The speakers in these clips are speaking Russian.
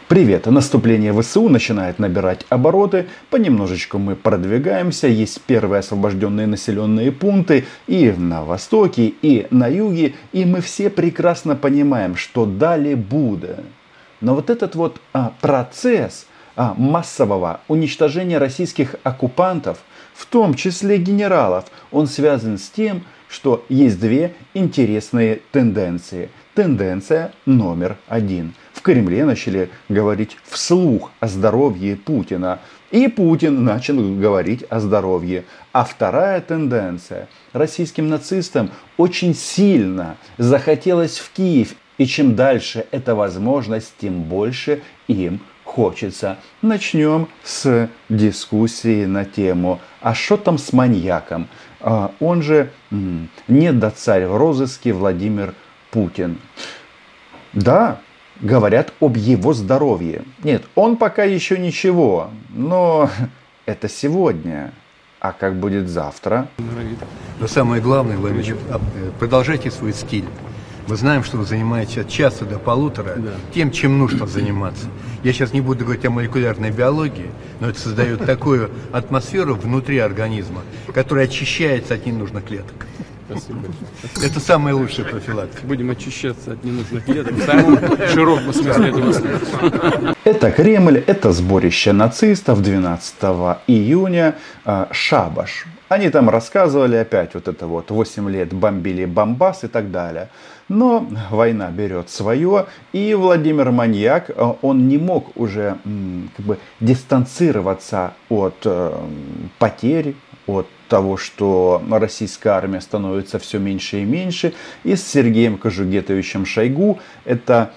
Привет! Наступление ВСУ начинает набирать обороты, понемножечку мы продвигаемся, есть первые освобожденные населенные пункты и на востоке, и на юге, и мы все прекрасно понимаем, что далее будет. Но вот этот вот процесс массового уничтожения российских оккупантов, в том числе генералов, он связан с тем, что есть две интересные тенденции. Тенденция номер один. В Кремле начали говорить вслух о здоровье Путина. И Путин начал говорить о здоровье. А вторая тенденция. Российским нацистам очень сильно захотелось в Киев. И чем дальше эта возможность, тем больше им хочется. Начнем с дискуссии на тему «А что там с маньяком?» Он же недоцарь в розыске Владимир Путин. Да, говорят об его здоровье. Нет, он пока еще ничего, но это сегодня. А как будет завтра? Но самое главное, Владимир, продолжайте свой стиль. Мы знаем, что вы занимаетесь от часа до полутора тем, чем нужно заниматься. Я сейчас не буду говорить о молекулярной биологии, но это создает такую атмосферу внутри организма, которая очищается от ненужных клеток. Спасибо. Это самая лучшая профилактика. Будем очищаться от ненужных клеток в самом широком смысле этого слова. Это Кремль, это сборище нацистов 12 июня, шабаш. Они там рассказывали опять вот это вот 8 лет бомбили Бомбас и так далее. Но война берет свое, и Владимир Маньяк, он не мог уже дистанцироваться от потерь, от того, что российская армия становится все меньше и меньше. И с Сергеем Кожугетовичем Шойгу, это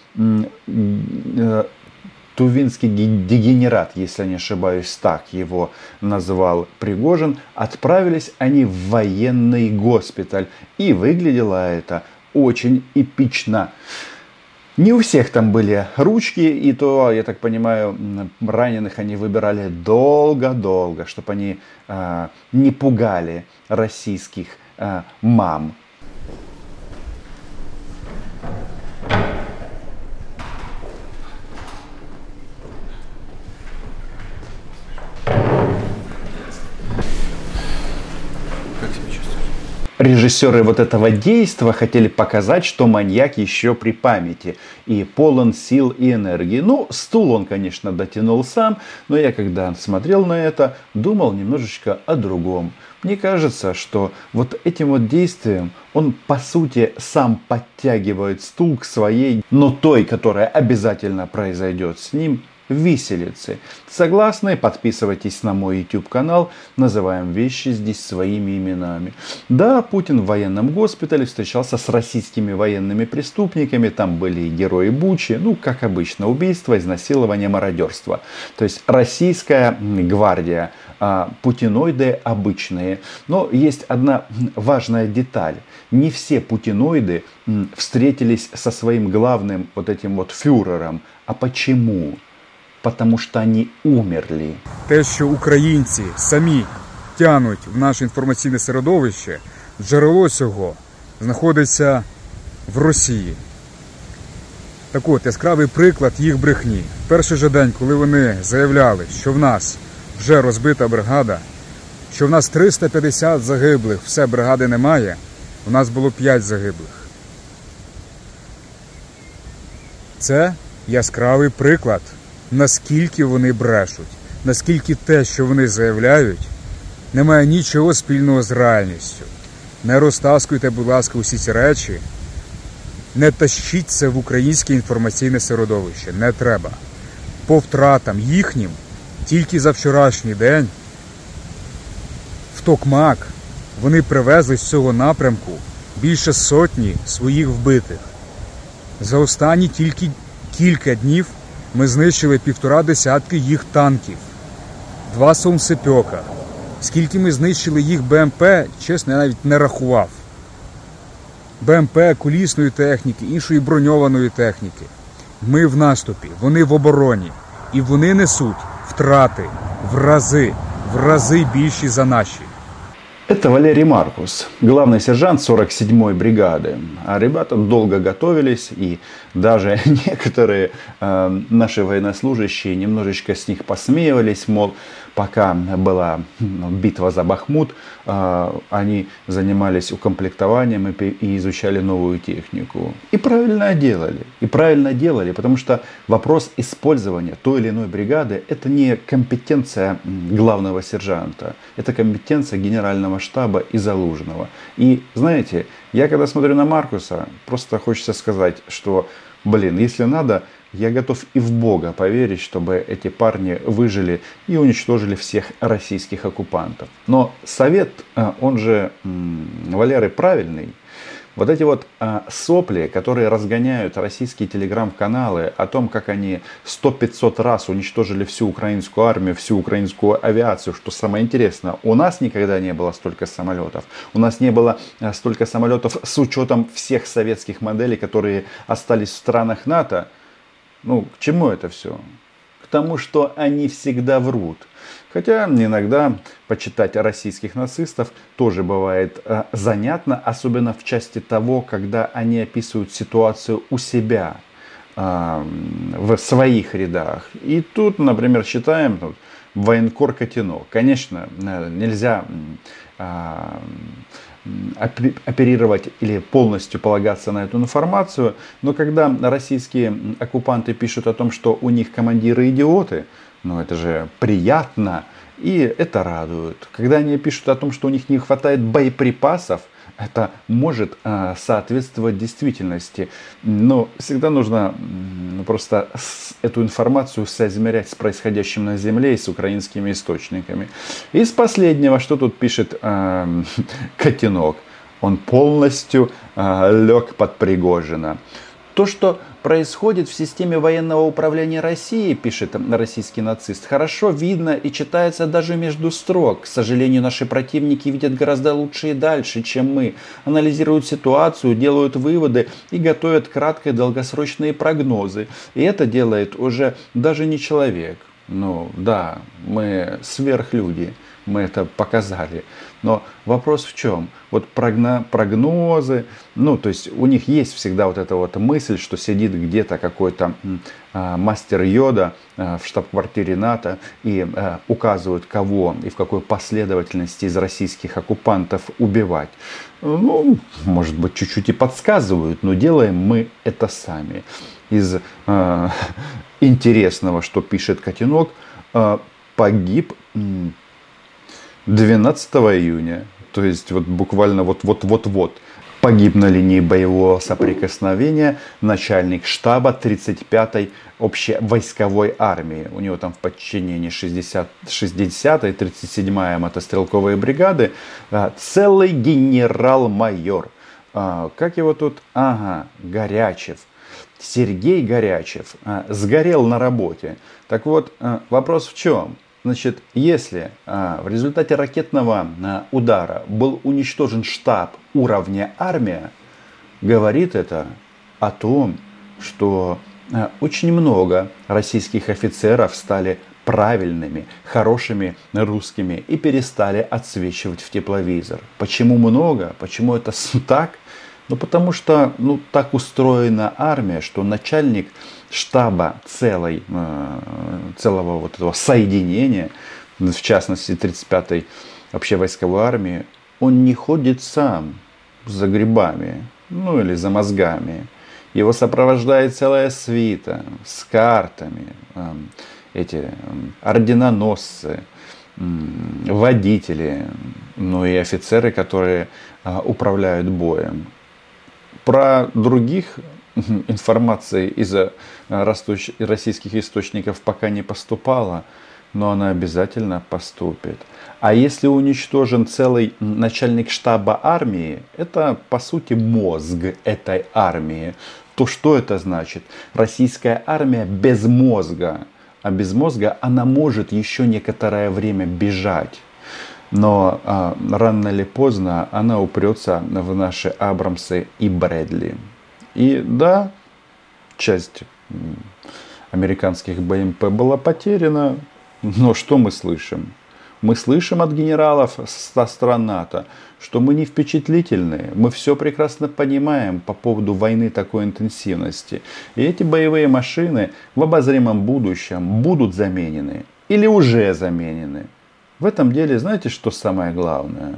тувинский дегенерат, если не ошибаюсь, так его назвал Пригожин, отправились они в военный госпиталь. И выглядело это очень эпично. Не у всех там были ручки, и то, я так понимаю, раненых они выбирали долго-долго, чтобы они не пугали российских мам. Режиссеры вот этого действа хотели показать, что маньяк еще при памяти и полон сил и энергии. Ну, стул он, конечно, дотянул сам, но я, когда смотрел на это, думал немножечко о другом. Мне кажется, что вот этим вот действием он, по сути, сам подтягивает стул к своей, но той, которая обязательно произойдет с ним, виселицы. Согласны? Подписывайтесь на мой YouTube канал. Называем вещи здесь своими именами. Да, Путин в военном госпитале встречался с российскими военными преступниками. Там были и герои Бучи. Ну, как обычно, убийство, изнасилование, мародерство. То есть российская гвардия. Путиноиды обычные. Но есть одна важная деталь. Не все путиноиды встретились со своим главным вот этим вот фюрером. А почему? Потому що вони умерли. Те, що українці самі тянуть в наше інформаційне середовище, джерело цього знаходиться в Росії. Так от, яскравий приклад їх брехні. В перший же день, коли вони заявляли, що в нас вже розбита бригада, що в нас 350 загиблих, все, бригади немає, у нас було 5 загиблих. Це яскравий приклад, наскільки вони брешуть, наскільки те, що вони заявляють, не має нічого спільного з реальністю. Не розтаскуйте, будь ласка, усі ці речі, не тащіть це в українське інформаційне середовище, не треба. По втратам їхнім, тільки за вчорашній день, в Токмак вони привезли з цього напрямку більше сотні своїх вбитих. За останні тільки кілька днів ми знищили 1,5 десятки їх танків, 2 Сомсепьока. Скільки ми знищили їх БМП, чесно, я навіть не рахував. БМП, колісної техніки, іншої броньованої техніки. Ми в наступі, вони в обороні. І вони несуть втрати в рази більші за наші. Это Валерий Маркус, главный сержант 47-й бригады. А ребята долго готовились, и даже некоторые наши военнослужащие немножечко с них посмеивались, мол, пока была битва за Бахмут, они занимались укомплектованием и изучали новую технику. И правильно делали, потому что вопрос использования той или иной бригады — это не компетенция главного сержанта, это компетенция генерального штаба и Залужного. И знаете, я когда смотрю на Маркуса, просто хочется сказать, что, если надо, я готов и в Бога поверить, чтобы эти парни выжили и уничтожили всех российских оккупантов. Но совет, он же Валеры, правильный. Вот эти вот сопли, которые разгоняют российские телеграм-каналы о том, как они 100-500 раз уничтожили всю украинскую армию, всю украинскую авиацию, что самое интересное, у нас никогда не было столько самолетов. У нас не было столько самолетов с учетом всех советских моделей, которые остались в странах НАТО. К чему это все? К тому, что они всегда врут. Хотя иногда почитать российских нацистов тоже бывает занятно, особенно в части того, когда они описывают ситуацию у себя, в своих рядах. И тут, например, читаем военкор Котенок. Конечно, нельзя оперировать или полностью полагаться на эту информацию, но когда российские оккупанты пишут о том, что у них командиры идиоты, это же приятно и это радует. Когда они пишут о том, что у них не хватает боеприпасов, это может соответствовать действительности. Но всегда нужно просто эту информацию соизмерять с происходящим на земле и с украинскими источниками. Из последнего, что тут пишет Котенок, он полностью лег под Пригожина. То, что происходит в системе военного управления России, пишет российский нацист, хорошо видно и читается даже между строк. К сожалению, наши противники видят гораздо лучше и дальше, чем мы. Анализируют ситуацию, делают выводы и готовят краткие долгосрочные прогнозы. И это делает уже даже не человек. Да, мы сверхлюди, мы это показали. Но вопрос в чем? Прогнозы, то есть у них есть всегда вот эта вот мысль, что сидит где-то какой-то мастер Йода в штаб-квартире НАТО и указывают, кого и в какой последовательности из российских оккупантов убивать. Может быть, чуть-чуть и подсказывают, но делаем мы это сами. Из интересного, что пишет Котенок, погиб 12 июня, то есть буквально вот-вот, погиб на линии боевого соприкосновения начальник штаба 35-й общевойсковой армии. У него там в подчинении 60-й, 37-я мотострелковые бригады, целый генерал-майор. Как его тут? Горячев. Сергей Горячев сгорел на работе. Так вот, вопрос в чем? Если в результате ракетного удара был уничтожен штаб уровня армия, говорит это о том, что очень много российских офицеров стали правильными, хорошими русскими и перестали отсвечивать в тепловизор. Почему много? Почему это так? Потому что так устроена армия, что начальник штаба целого вот этого соединения, в частности 35-й общевойсковой армии, он не ходит сам за грибами, или за мозгами. Его сопровождает целая свита с картами, эти орденоносцы, водители, и офицеры, которые управляют боем. Про других информации из российских источников пока не поступала, но она обязательно поступит. А если уничтожен целый начальник штаба армии, это по сути мозг этой армии. То что это значит? Российская армия без мозга. А без мозга она может еще некоторое время бежать. Но рано или поздно она упрется в наши Абрамсы и Брэдли. И да, часть американских БМП была потеряна. Но что мы слышим? Мы слышим от генералов со стран НАТО, что мы не впечатлительные, мы все прекрасно понимаем по поводу войны такой интенсивности. И эти боевые машины в обозримом будущем будут заменены или уже заменены. В этом деле, знаете, что самое главное?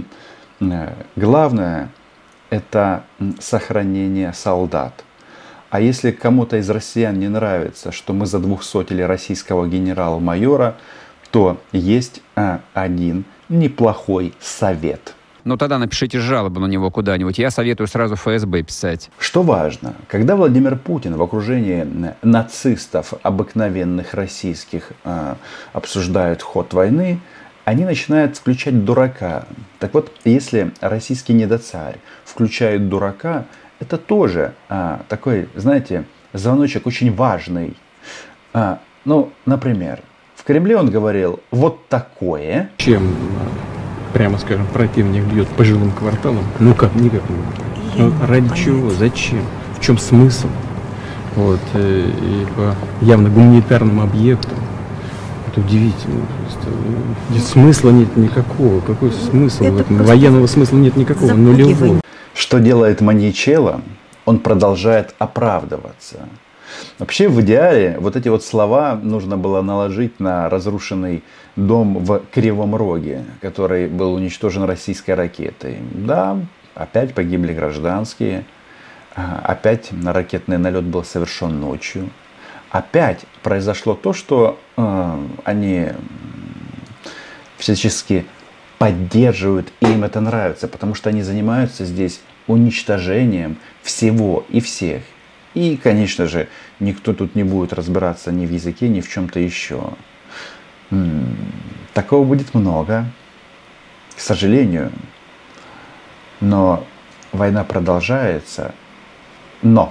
Главное – это сохранение солдат. А если кому-то из россиян не нравится, что мы задвухсотили российского генерала-майора, то есть один неплохой совет. Ну тогда напишите жалобу на него куда-нибудь. Я советую сразу ФСБ писать. Что важно, когда Владимир Путин в окружении нацистов, обыкновенных российских, обсуждает ход войны, они начинают включать дурака. Так вот, если российский недоцарь включает дурака, это тоже такой, знаете, звоночек очень важный. Ну, например, в Кремле он говорил вот такое. Чем, прямо скажем, противник бьет по жилым кварталам? Ну как, никак не могу. Ну, ради чего? Зачем? В чем смысл? Вот, и по явно гуманитарным объектам. Это удивительно. Смысла нет никакого. Какой смысл в этом? Военного смысла нет никакого, нулевого. Что делает Маньячелло? Он продолжает оправдываться. Вообще, в идеале, вот эти вот слова нужно было наложить на разрушенный дом в Кривом Роге, который был уничтожен российской ракетой. Да, опять погибли гражданские. Опять ракетный налет был совершен ночью. Опять произошло то, что они всячески поддерживают, и им это нравится, потому что они занимаются здесь уничтожением всего и всех. И, конечно же, никто тут не будет разбираться ни в языке, ни в чем-то еще. Такого будет много, к сожалению. Но война продолжается. Но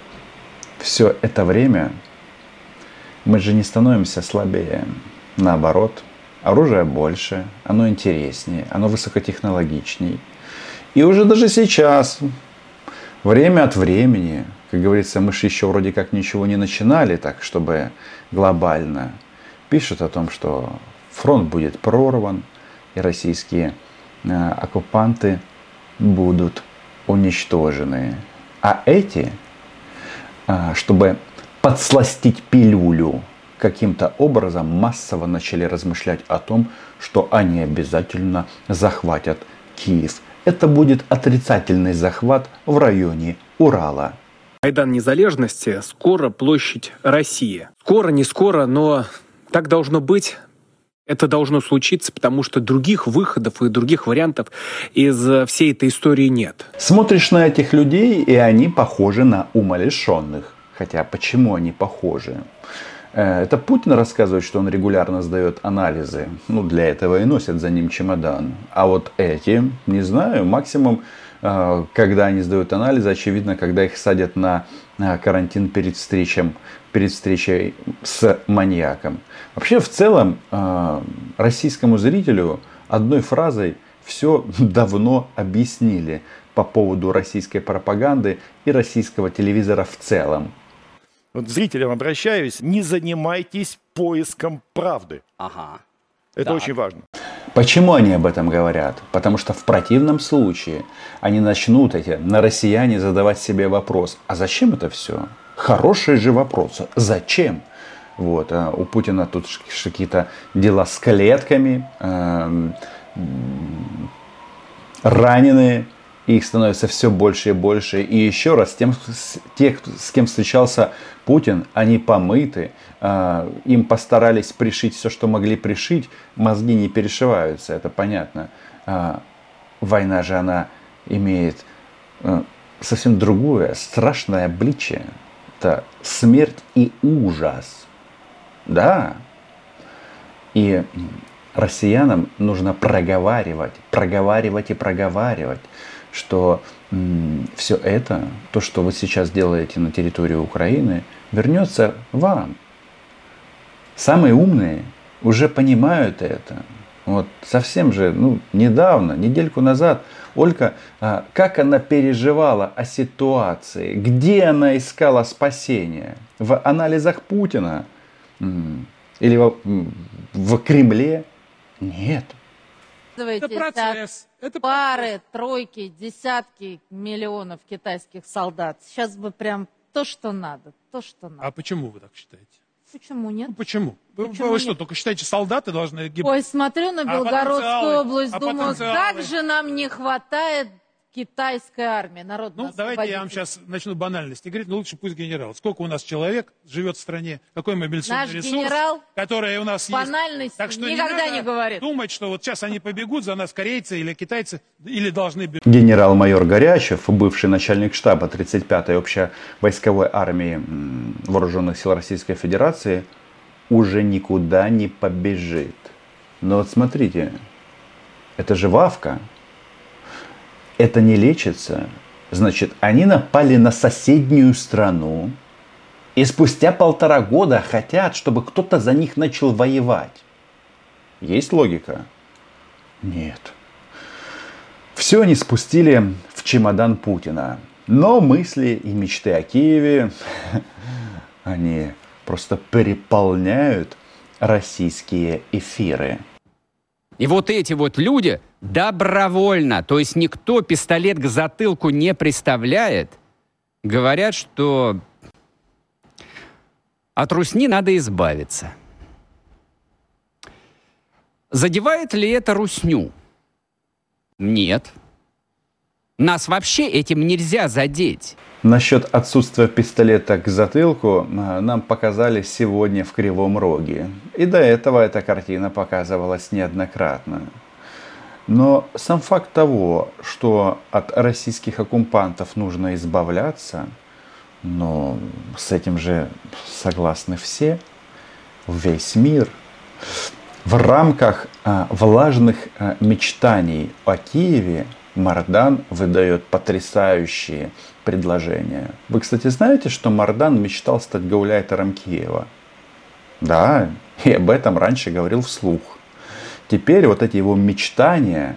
все это время мы же не становимся слабее. Наоборот, оружие больше, оно интереснее, оно высокотехнологичнее. И уже даже сейчас, время от времени, как говорится, мы же еще вроде как ничего не начинали, так чтобы глобально, пишут о том, что фронт будет прорван, и российские оккупанты будут уничтожены. А эти, чтобы подсластить пилюлю, каким-то образом массово начали размышлять о том, что они обязательно захватят Киев. Это будет отрицательный захват в районе Урала. Майдан Незалежности, скоро площадь России. Скоро, не скоро, но так должно быть. Это должно случиться, потому что других выходов и других вариантов из всей этой истории нет. Смотришь на этих людей, и они похожи на умалишенных. Хотя почему они похожи? Это Путин рассказывает, что он регулярно сдает анализы. Ну, для этого и носят за ним чемодан. А вот эти, не знаю, максимум, когда они сдают анализы, очевидно, когда их садят на карантин перед встречей с маньяком. Вообще, в целом, российскому зрителю одной фразой все давно объяснили по поводу российской пропаганды и российского телевизора в целом. Вот к зрителям обращаюсь, не занимайтесь поиском правды. Ага. Это очень важно. Почему они об этом говорят? Потому что в противном случае они начнут на россияне задавать себе вопрос, а зачем это все? Хорошие же вопросы. Зачем? Вот. А у Путина тут какие-то дела с клетками, раненые. Их становится все больше и больше. И еще раз, те, с кем встречался Путин, они помыты. Им постарались пришить все, что могли пришить. Мозги не перешиваются, это понятно. Война же, она имеет совсем другое, страшное обличие. Это смерть и ужас. Да. И россиянам нужно проговаривать, что все это, то, что вы сейчас делаете на территории Украины, вернется вам. Самые умные уже понимают это. Вот совсем же, недавно, недельку назад, Ольга, как она переживала о ситуации, где она искала спасения? В анализах Путина или в Кремле? Нет. Это процесс. Это пары, тройки, десятки миллионов китайских солдат. Сейчас бы прям то, что надо. То, что надо. А почему вы так считаете? Почему нет? Ну, почему? Почему вы нет? что, только считаете, солдаты должны гибнуть? Ой, смотрю на Белгородскую область, думаю, потенциалы? как же нам не хватает китайской армии, Ну, давайте я вам сейчас начну банальности говорить, но лучше пусть генерал. Сколько у нас человек живет в стране, какой мобилизационный Наш ресурс, генерал который у нас банальности есть. Так что никогда не говорит. Думать, что вот сейчас они побегут за нас, корейцы или китайцы, или должны бежать. Генерал-майор Горячев, бывший начальник штаба 35-й общевойсковой армии Вооруженных сил Российской Федерации, уже никуда не побежит. Но вот смотрите, это же Вавка. Это не лечится. Значит, они напали на соседнюю страну и спустя 1,5 года хотят, чтобы кто-то за них начал воевать. Есть логика? Нет. Все они спустили в чемодан Путина. Но мысли и мечты о Киеве, они просто переполняют российские эфиры. И вот эти вот люди добровольно, то есть никто пистолет к затылку не приставляет, говорят, что от русни надо избавиться. Задевает ли это русню? Нет. Нас вообще этим нельзя задеть. Насчет отсутствия пистолета к затылку нам показали сегодня в Кривом Роге. И до этого эта картина показывалась неоднократно. Но сам факт того, что от российских оккупантов нужно избавляться, но с этим же согласны все, весь мир. В рамках влажных мечтаний о Киеве Мардан выдает потрясающие предложения. Вы, кстати, знаете, что Мардан мечтал стать гауляйтером Киева? Да, и об этом раньше говорил вслух. Теперь вот эти его мечтания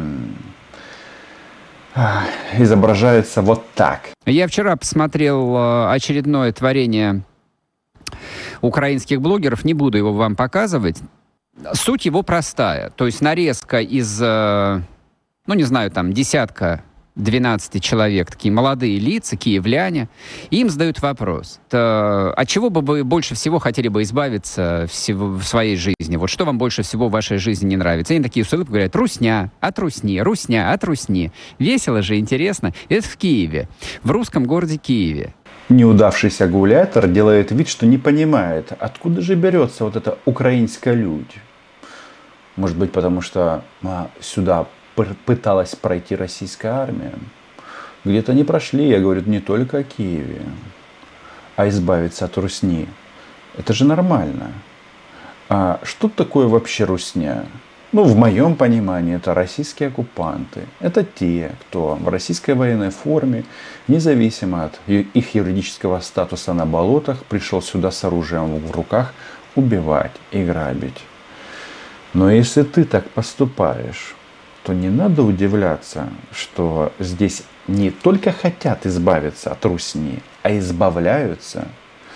изображаются вот так. Я вчера посмотрел очередное творение украинских блогеров, не буду его вам показывать. Суть его простая. То есть нарезка из, ну не знаю, там десятка 12 человек, такие молодые лица, киевляне, и им задают вопрос, от чего бы вы больше всего хотели бы избавиться в своей жизни? Вот что вам больше всего в вашей жизни не нравится? И они такие с улыбкой говорят: русня, от русни, русня, от русни. Весело же, интересно. Это в Киеве, в русском городе Киеве. Неудавшийся гауляйтер делает вид, что не понимает, откуда же берется вот эта украинская людь. Может быть, потому что сюда пыталась пройти российская армия. Где-то не прошли, я говорю, не только о Киеве, а избавиться от русни. Это же нормально. А что такое вообще русня? Ну, в моем понимании, это российские оккупанты. Это те, кто в российской военной форме, независимо от их юридического статуса на болотах, пришел сюда с оружием в руках убивать и грабить. Но если ты так поступаешь, то не надо удивляться, что здесь не только хотят избавиться от русни, а избавляются.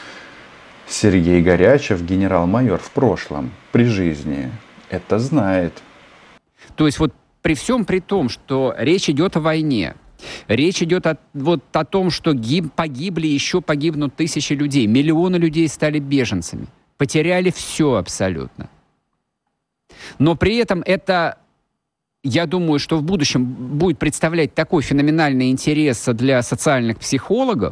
Сергей Горячев, генерал-майор в прошлом, при жизни, это знает. То есть вот при всем при том, что речь идет о войне, речь идет о том, что погибли, еще погибнут тысячи людей, миллионы людей стали беженцами, потеряли все абсолютно. Но при этом это... Я думаю, что в будущем будет представлять такой феноменальный интерес для социальных психологов.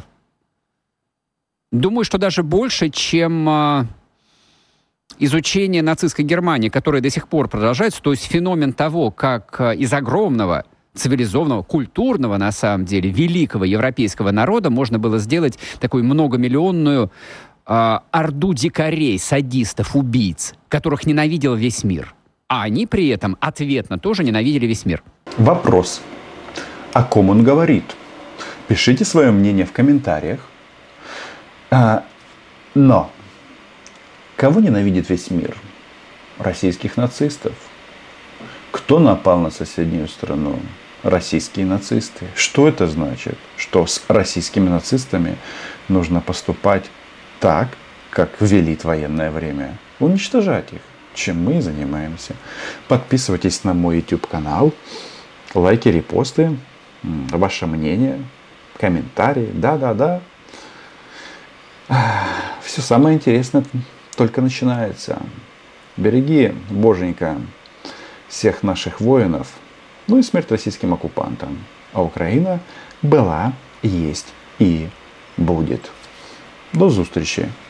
Думаю, что даже больше, чем изучение нацистской Германии, которое до сих пор продолжается. То есть феномен того, как из огромного, цивилизованного, культурного, на самом деле, великого европейского народа можно было сделать такую многомиллионную орду дикарей, садистов, убийц, которых ненавидел весь мир. А они при этом ответно тоже ненавидели весь мир. Вопрос. О ком он говорит? Пишите свое мнение в комментариях. Но кого ненавидит весь мир? Российских нацистов. Кто напал на соседнюю страну? Российские нацисты. Что это значит? Что с российскими нацистами нужно поступать так, как велит военное время. Уничтожать их. чем мы и занимаемся. Подписывайтесь на мой YouTube канал, лайки, репосты, ваше мнение, комментарии. Да. Все самое интересное только начинается. Береги, Боженька, всех наших воинов, ну и смерть российским оккупантам. А Украина была, есть и будет. До зустрічі!